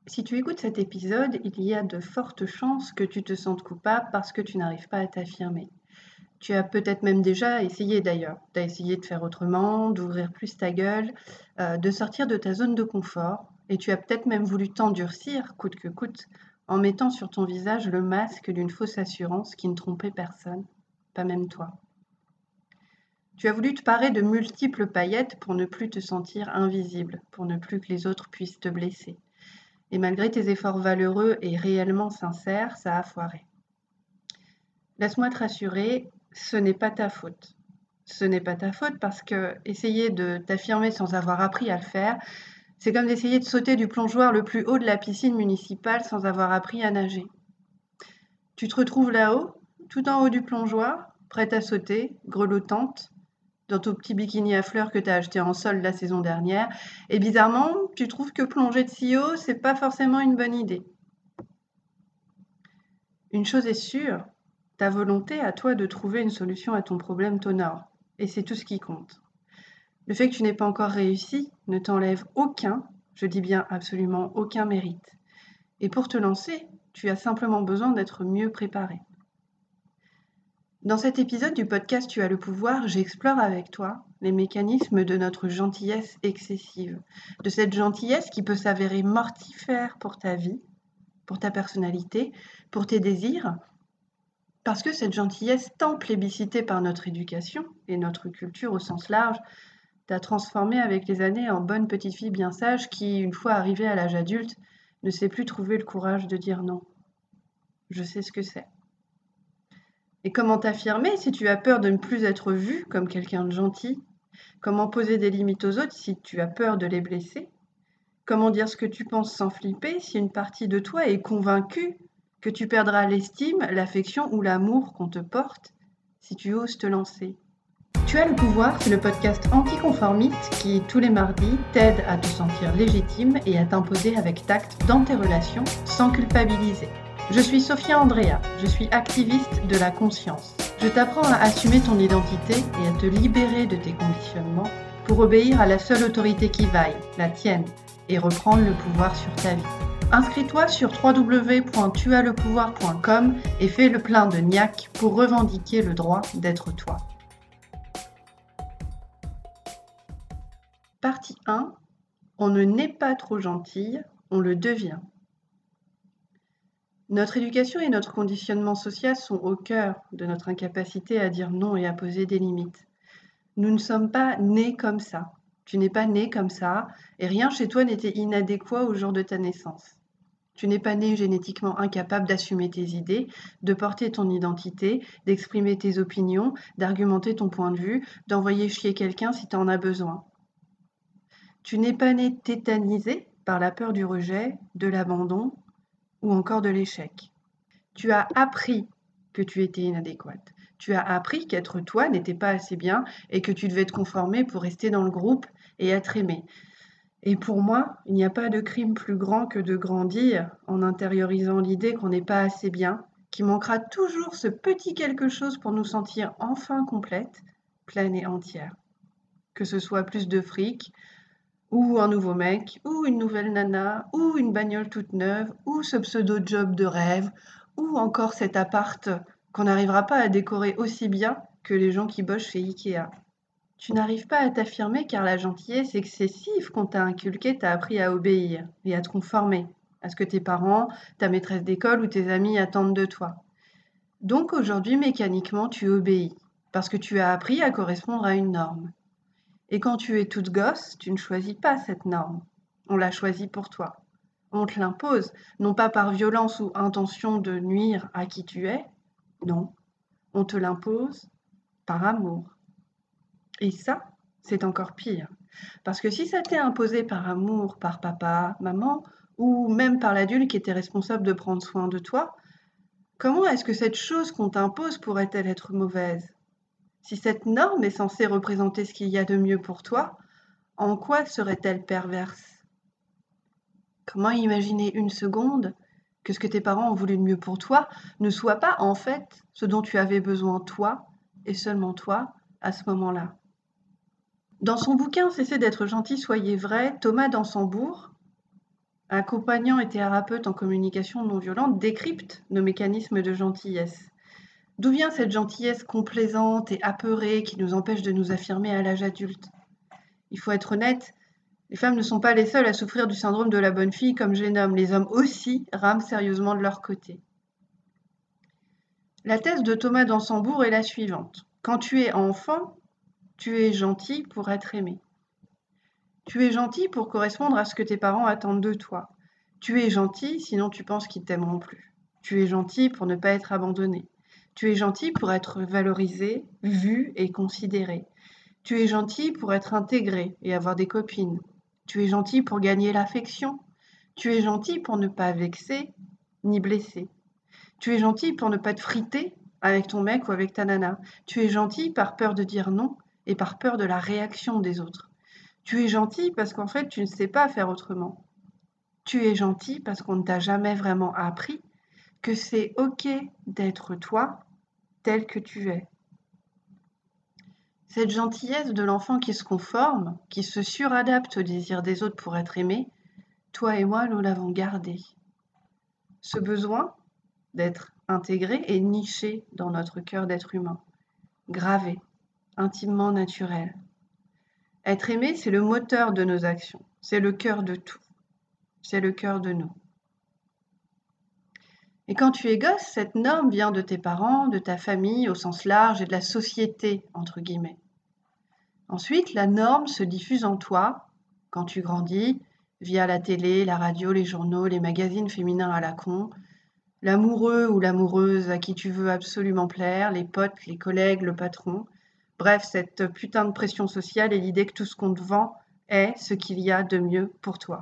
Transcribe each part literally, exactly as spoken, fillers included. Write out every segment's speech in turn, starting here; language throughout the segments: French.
Si tu écoutes cet épisode, il y a de fortes chances que tu te sentes coupable parce que tu n'arrives pas à t'affirmer. Tu as peut-être même déjà essayé d'ailleurs. Tu as essayé de faire autrement, d'ouvrir plus ta gueule, euh, de sortir de ta zone de confort. Et tu as peut-être même voulu t'endurcir, coûte que coûte, en mettant sur ton visage le masque d'une fausse assurance qui ne trompait personne, pas même toi. Tu as voulu te parer de multiples paillettes pour ne plus te sentir invisible, pour ne plus que les autres puissent te blesser. Et malgré tes efforts valeureux et réellement sincères, ça a foiré. Laisse-moi te rassurer, ce n'est pas ta faute. Ce n'est pas ta faute parce que essayer de t'affirmer sans avoir appris à le faire, c'est comme d'essayer de sauter du plongeoir le plus haut de la piscine municipale sans avoir appris à nager. Tu te retrouves là-haut, tout en haut du plongeoir, prête à sauter, grelottante, dans ton petit bikini à fleurs que tu as acheté en solde la saison dernière, et bizarrement, tu trouves que plonger de si haut, c'est pas forcément une bonne idée. Une chose est sûre, ta volonté à toi de trouver une solution à ton problème t'honore, et c'est tout ce qui compte. Le fait que tu n'aies pas encore réussi ne t'enlève aucun, je dis bien absolument aucun mérite. Et pour te lancer, tu as simplement besoin d'être mieux préparé. Dans cet épisode du podcast Tu as le pouvoir, j'explore avec toi les mécanismes de notre gentillesse excessive, de cette gentillesse qui peut s'avérer mortifère pour ta vie, pour ta personnalité, pour tes désirs, parce que cette gentillesse tant plébiscitée par notre éducation et notre culture au sens large t'a transformée avec les années en bonne petite fille bien sage qui, une fois arrivée à l'âge adulte, ne sait plus trouver le courage de dire non. Je sais ce que c'est. Et comment t'affirmer si tu as peur de ne plus être vu comme quelqu'un de gentil? Comment poser des limites aux autres si tu as peur de les blesser? Comment dire ce que tu penses sans flipper si une partie de toi est convaincue que tu perdras l'estime, l'affection ou l'amour qu'on te porte si tu oses te lancer? Tu as le pouvoir, c'est le podcast anticonformiste qui, tous les mardis, t'aide à te sentir légitime et à t'imposer avec tact dans tes relations sans culpabiliser. Je suis Sophia Andrea, je suis activiste de la conscience. Je t'apprends à assumer ton identité et à te libérer de tes conditionnements pour obéir à la seule autorité qui vaille, la tienne, et reprendre le pouvoir sur ta vie. Inscris-toi sur w w w point tu as le pouvoir point com et fais le plein de niaque pour revendiquer le droit d'être toi. Partie un. On ne naît pas trop gentille, on le devient. Notre éducation et notre conditionnement social sont au cœur de notre incapacité à dire non et à poser des limites. Nous ne sommes pas nés comme ça. Tu n'es pas né comme ça et rien chez toi n'était inadéquat au jour de ta naissance. Tu n'es pas né génétiquement incapable d'assumer tes idées, de porter ton identité, d'exprimer tes opinions, d'argumenter ton point de vue, d'envoyer chier quelqu'un si tu en as besoin. Tu n'es pas né tétanisé par la peur du rejet, de l'abandon ou encore de l'échec. Tu as appris que tu étais inadéquate. Tu as appris qu'être toi n'était pas assez bien et que tu devais te conformer pour rester dans le groupe et être aimé. Et pour moi, il n'y a pas de crime plus grand que de grandir en intériorisant l'idée qu'on n'est pas assez bien, qu'il manquera toujours ce petit quelque chose pour nous sentir enfin complètes, pleines et entières. Que ce soit plus de fric, ou un nouveau mec, ou une nouvelle nana, ou une bagnole toute neuve, ou ce pseudo-job de rêve, ou encore cet appart qu'on n'arrivera pas à décorer aussi bien que les gens qui bossent chez Ikea. Tu n'arrives pas à t'affirmer car la gentillesse excessive qu'on t'a inculquée t'a appris à obéir et à te conformer à ce que tes parents, ta maîtresse d'école ou tes amis attendent de toi. Donc aujourd'hui, mécaniquement, tu obéis parce que tu as appris à correspondre à une norme. Et quand tu es toute gosse, tu ne choisis pas cette norme. On l'a choisie pour toi. On te l'impose, non pas par violence ou intention de nuire à qui tu es, non. On te l'impose par amour. Et ça, c'est encore pire. Parce que si ça t'est imposé par amour, par papa, maman, ou même par l'adulte qui était responsable de prendre soin de toi, comment est-ce que cette chose qu'on t'impose pourrait-elle être mauvaise? Si cette norme est censée représenter ce qu'il y a de mieux pour toi, en quoi serait-elle perverse? Comment imaginer une seconde que ce que tes parents ont voulu de mieux pour toi ne soit pas en fait ce dont tu avais besoin toi et seulement toi à ce moment-là? Dans son bouquin Cessez d'être gentil, soyez vrai, Thomas Dansembourg Accompagnants et thérapeutes en communication non violente décryptent nos mécanismes de gentillesse. D'où vient cette gentillesse complaisante et apeurée qui nous empêche de nous affirmer à l'âge adulte? Il faut être honnête, les femmes ne sont pas les seules à souffrir du syndrome de la bonne fille comme je les nomme. Les hommes aussi rament sérieusement de leur côté. La thèse de Thomas d'Ansembourg est la suivante. Quand tu es enfant, tu es gentil pour être aimé. Tu es gentil pour correspondre à ce que tes parents attendent de toi. Tu es gentil, sinon tu penses qu'ils t'aimeront plus. Tu es gentil pour ne pas être abandonné. Tu es gentil pour être valorisé, vu et considéré. Tu es gentil pour être intégré et avoir des copines. Tu es gentil pour gagner l'affection. Tu es gentil pour ne pas vexer ni blesser. Tu es gentil pour ne pas te friter avec ton mec ou avec ta nana. Tu es gentil par peur de dire non et par peur de la réaction des autres. Tu es gentil parce qu'en fait, tu ne sais pas faire autrement. Tu es gentil parce qu'on ne t'a jamais vraiment appris que c'est OK d'être toi tel que tu es. Cette gentillesse de l'enfant qui se conforme, qui se suradapte au désir des autres pour être aimé, toi et moi, nous l'avons gardée. Ce besoin d'être intégré est niché dans notre cœur d'être humain, gravé, intimement naturel. Être aimé, c'est le moteur de nos actions, c'est le cœur de tout, c'est le cœur de nous. Et quand tu es gosse, cette norme vient de tes parents, de ta famille au sens large et de la société, entre guillemets. Ensuite, la norme se diffuse en toi, quand tu grandis, via la télé, la radio, les journaux, les magazines féminins à la con, l'amoureux ou l'amoureuse à qui tu veux absolument plaire, les potes, les collègues, le patron. Bref, cette putain de pression sociale et l'idée que tout ce qu'on te vend est ce qu'il y a de mieux pour toi.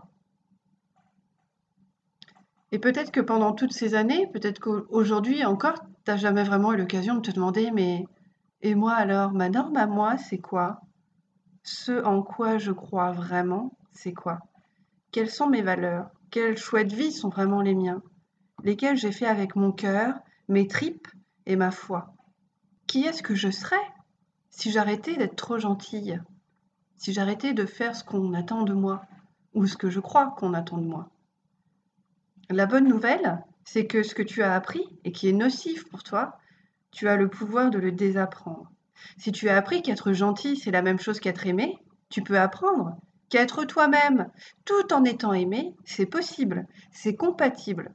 Et peut-être que pendant toutes ces années, peut-être qu'aujourd'hui encore, t'as jamais vraiment eu l'occasion de te demander, mais et moi alors, ma norme à moi, c'est quoi? Ce en quoi je crois vraiment, c'est quoi? Quelles sont mes valeurs? Quels choix de vie sont vraiment les miens? Lesquels j'ai fait avec mon cœur, mes tripes et ma foi? Qui est-ce que je serais si j'arrêtais d'être trop gentille? Si j'arrêtais de faire ce qu'on attend de moi? Ou ce que je crois qu'on attend de moi? La bonne nouvelle, c'est que ce que tu as appris et qui est nocif pour toi, tu as le pouvoir de le désapprendre. Si tu as appris qu'être gentil, c'est la même chose qu'être aimé, tu peux apprendre qu'être toi-même, tout en étant aimé, c'est possible, c'est compatible.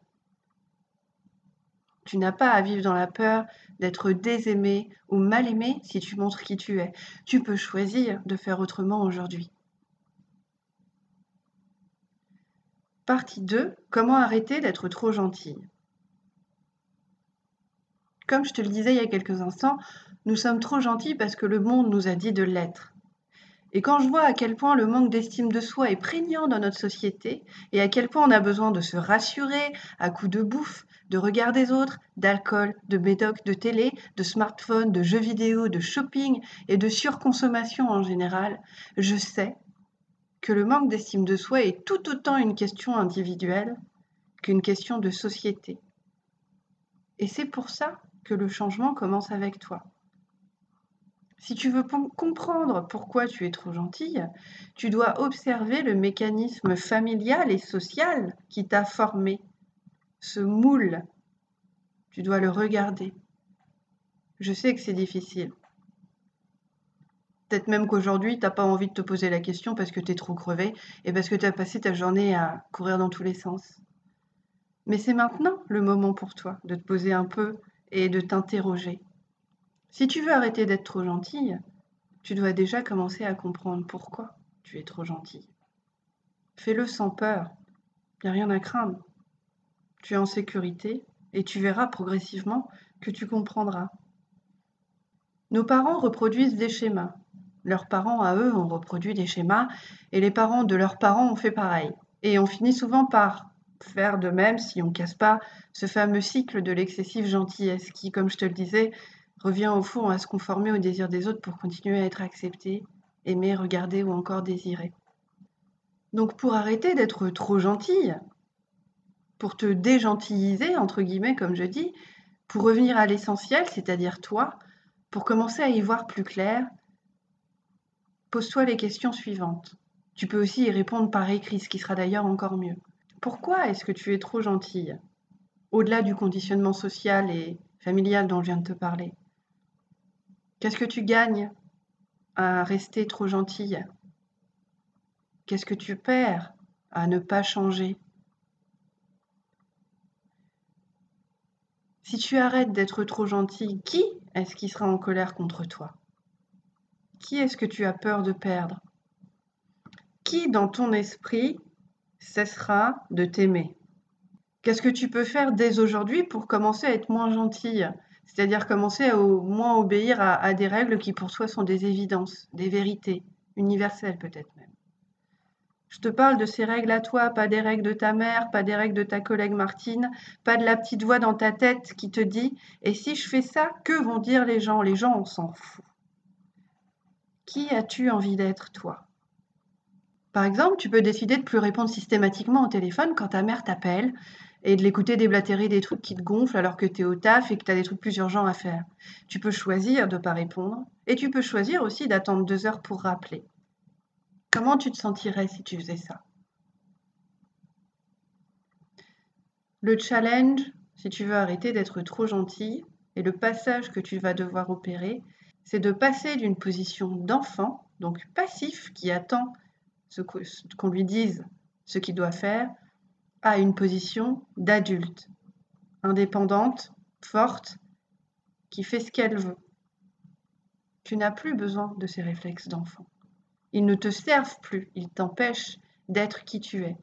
Tu n'as pas à vivre dans la peur d'être désaimé ou mal aimé si tu montres qui tu es. Tu peux choisir de faire autrement aujourd'hui. Partie deux. Comment arrêter d'être trop gentille? Comme je te le disais il y a quelques instants, nous sommes trop gentils parce que le monde nous a dit de l'être. Et quand je vois à quel point le manque d'estime de soi est prégnant dans notre société, et à quel point on a besoin de se rassurer à coups de bouffe, de regard des autres, d'alcool, de médoc, de télé, de smartphone, de jeux vidéo, de shopping et de surconsommation en général, je sais que le manque d'estime de soi est tout autant une question individuelle qu'une question de société. Et c'est pour ça que le changement commence avec toi. Si tu veux comprendre pourquoi tu es trop gentille, tu dois observer le mécanisme familial et social qui t'a formé, ce moule. Tu dois le regarder. Je sais que c'est difficile. Peut-être même qu'aujourd'hui, tu n'as pas envie de te poser la question parce que tu es trop crevé et parce que tu as passé ta journée à courir dans tous les sens. Mais c'est maintenant le moment pour toi de te poser un peu et de t'interroger. Si tu veux arrêter d'être trop gentille, tu dois déjà commencer à comprendre pourquoi tu es trop gentille. Fais-le sans peur, il n'y a rien à craindre. Tu es en sécurité et tu verras progressivement que tu comprendras. Nos parents reproduisent des schémas. Leurs parents, à eux, ont reproduit des schémas et les parents de leurs parents ont fait pareil. Et on finit souvent par faire de même si on ne casse pas ce fameux cycle de l'excessive gentillesse qui, comme je te le disais, revient au fond à se conformer aux désirs des autres pour continuer à être accepté, aimé, regardé ou encore désiré. Donc pour arrêter d'être trop gentille, pour te dégentilliser, entre guillemets, comme je dis, pour revenir à l'essentiel, c'est-à-dire toi, pour commencer à y voir plus clair, pose-toi les questions suivantes. Tu peux aussi y répondre par écrit, ce qui sera d'ailleurs encore mieux. Pourquoi est-ce que tu es trop gentille? Au-delà du conditionnement social et familial dont je viens de te parler. Qu'est-ce que tu gagnes à rester trop gentille? Qu'est-ce que tu perds à ne pas changer? Si tu arrêtes d'être trop gentille, qui est-ce qui sera en colère contre toi? Qui est-ce que tu as peur de perdre? Qui dans ton esprit cessera de t'aimer? Qu'est-ce que tu peux faire dès aujourd'hui pour commencer à être moins gentille? C'est-à-dire commencer à au moins obéir à, à des règles qui pour toi sont des évidences, des vérités, universelles peut-être même. Je te parle de ces règles à toi, pas des règles de ta mère, pas des règles de ta collègue Martine, pas de la petite voix dans ta tête qui te dit « Et si je fais ça, que vont dire les gens ?» Les gens, on s'en fout. Qui as-tu envie d'être, toi? Par exemple, tu peux décider de plus répondre systématiquement au téléphone quand ta mère t'appelle et de l'écouter déblatérer des trucs qui te gonflent alors que tu es au taf et que tu as des trucs plus urgents à faire. Tu peux choisir de ne pas répondre et tu peux choisir aussi d'attendre deux heures pour rappeler. Comment tu te sentirais si tu faisais ça? Le challenge, si tu veux arrêter d'être trop gentille, et le passage que tu vas devoir opérer, c'est de passer d'une position d'enfant, donc passif, qui attend ce qu'on lui dise ce qu'il doit faire, à une position d'adulte, indépendante, forte, qui fait ce qu'elle veut. Tu n'as plus besoin de ces réflexes d'enfant. Ils ne te servent plus, ils t'empêchent d'être qui tu es.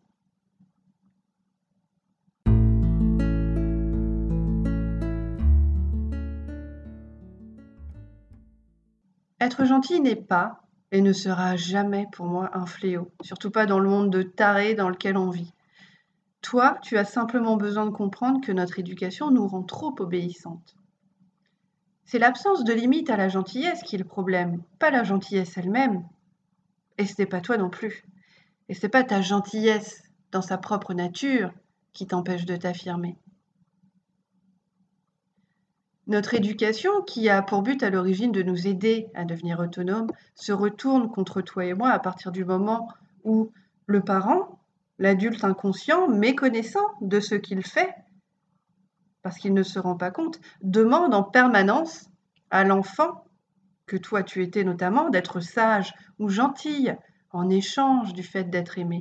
Être gentil n'est pas et ne sera jamais pour moi un fléau, surtout pas dans le monde de tarés dans lequel on vit. Toi, tu as simplement besoin de comprendre que notre éducation nous rend trop obéissantes. C'est l'absence de limite à la gentillesse qui est le problème, pas la gentillesse elle-même. Et ce n'est pas toi non plus. Et ce n'est pas ta gentillesse dans sa propre nature qui t'empêche de t'affirmer. Notre éducation, qui a pour but à l'origine de nous aider à devenir autonomes, se retourne contre toi et moi à partir du moment où le parent, l'adulte inconscient, méconnaissant de ce qu'il fait, parce qu'il ne se rend pas compte, demande en permanence à l'enfant, que toi tu étais notamment, d'être sage ou gentille en échange du fait d'être aimé.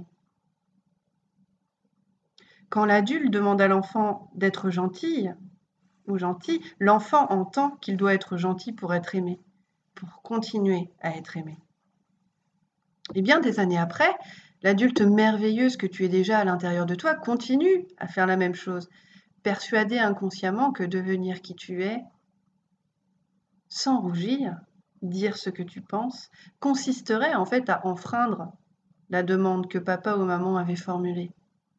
Quand l'adulte demande à l'enfant d'être gentille ou gentil, l'enfant entend qu'il doit être gentil pour être aimé, pour continuer à être aimé. Et bien des années après, l'adulte merveilleuse que tu es déjà à l'intérieur de toi continue à faire la même chose, persuadé inconsciemment que devenir qui tu es, sans rougir, dire ce que tu penses, consisterait en fait à enfreindre la demande que papa ou maman avait formulée.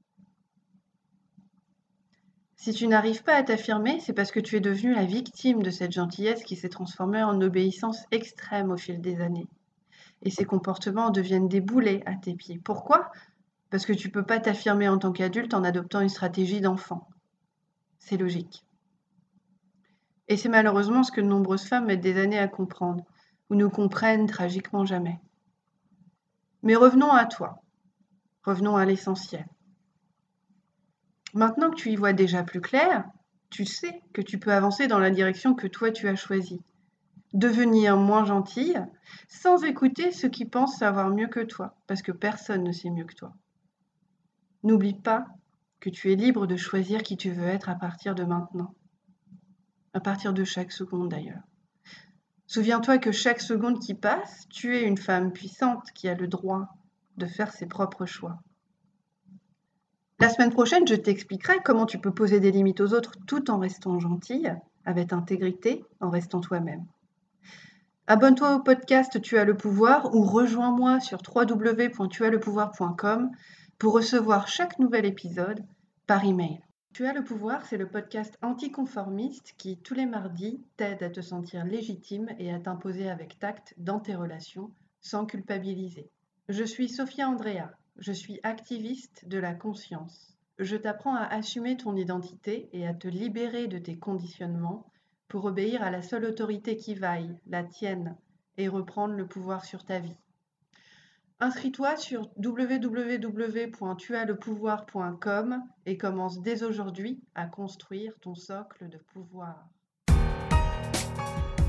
Si tu n'arrives pas à t'affirmer, c'est parce que tu es devenue la victime de cette gentillesse qui s'est transformée en obéissance extrême au fil des années. Et ces comportements deviennent des boulets à tes pieds. Pourquoi? Parce que tu ne peux pas t'affirmer en tant qu'adulte en adoptant une stratégie d'enfant. C'est logique. Et c'est malheureusement ce que de nombreuses femmes mettent des années à comprendre, ou ne comprennent tragiquement jamais. Mais revenons à toi. Revenons à l'essentiel. Maintenant que tu y vois déjà plus clair, tu sais que tu peux avancer dans la direction que toi tu as choisie. Devenir moins gentille, sans écouter ceux qui pensent savoir mieux que toi, parce que personne ne sait mieux que toi. N'oublie pas que tu es libre de choisir qui tu veux être à partir de maintenant. À partir de chaque seconde d'ailleurs. Souviens-toi que chaque seconde qui passe, tu es une femme puissante qui a le droit de faire ses propres choix. La semaine prochaine, je t'expliquerai comment tu peux poser des limites aux autres tout en restant gentille, avec intégrité, en restant toi-même. Abonne-toi au podcast Tu as le pouvoir ou rejoins-moi sur w w w point tu as le pouvoir point com pour recevoir chaque nouvel épisode par email. Tu as le pouvoir, c'est le podcast anticonformiste qui, tous les mardis, t'aide à te sentir légitime et à t'imposer avec tact dans tes relations, sans culpabiliser. Je suis Sophia Andrea, je suis activiste de la conscience. Je t'apprends à assumer ton identité et à te libérer de tes conditionnements pour obéir à la seule autorité qui vaille, la tienne, et reprendre le pouvoir sur ta vie. Inscris-toi sur w w w point tu as le pouvoir point com et commence dès aujourd'hui à construire ton socle de pouvoir.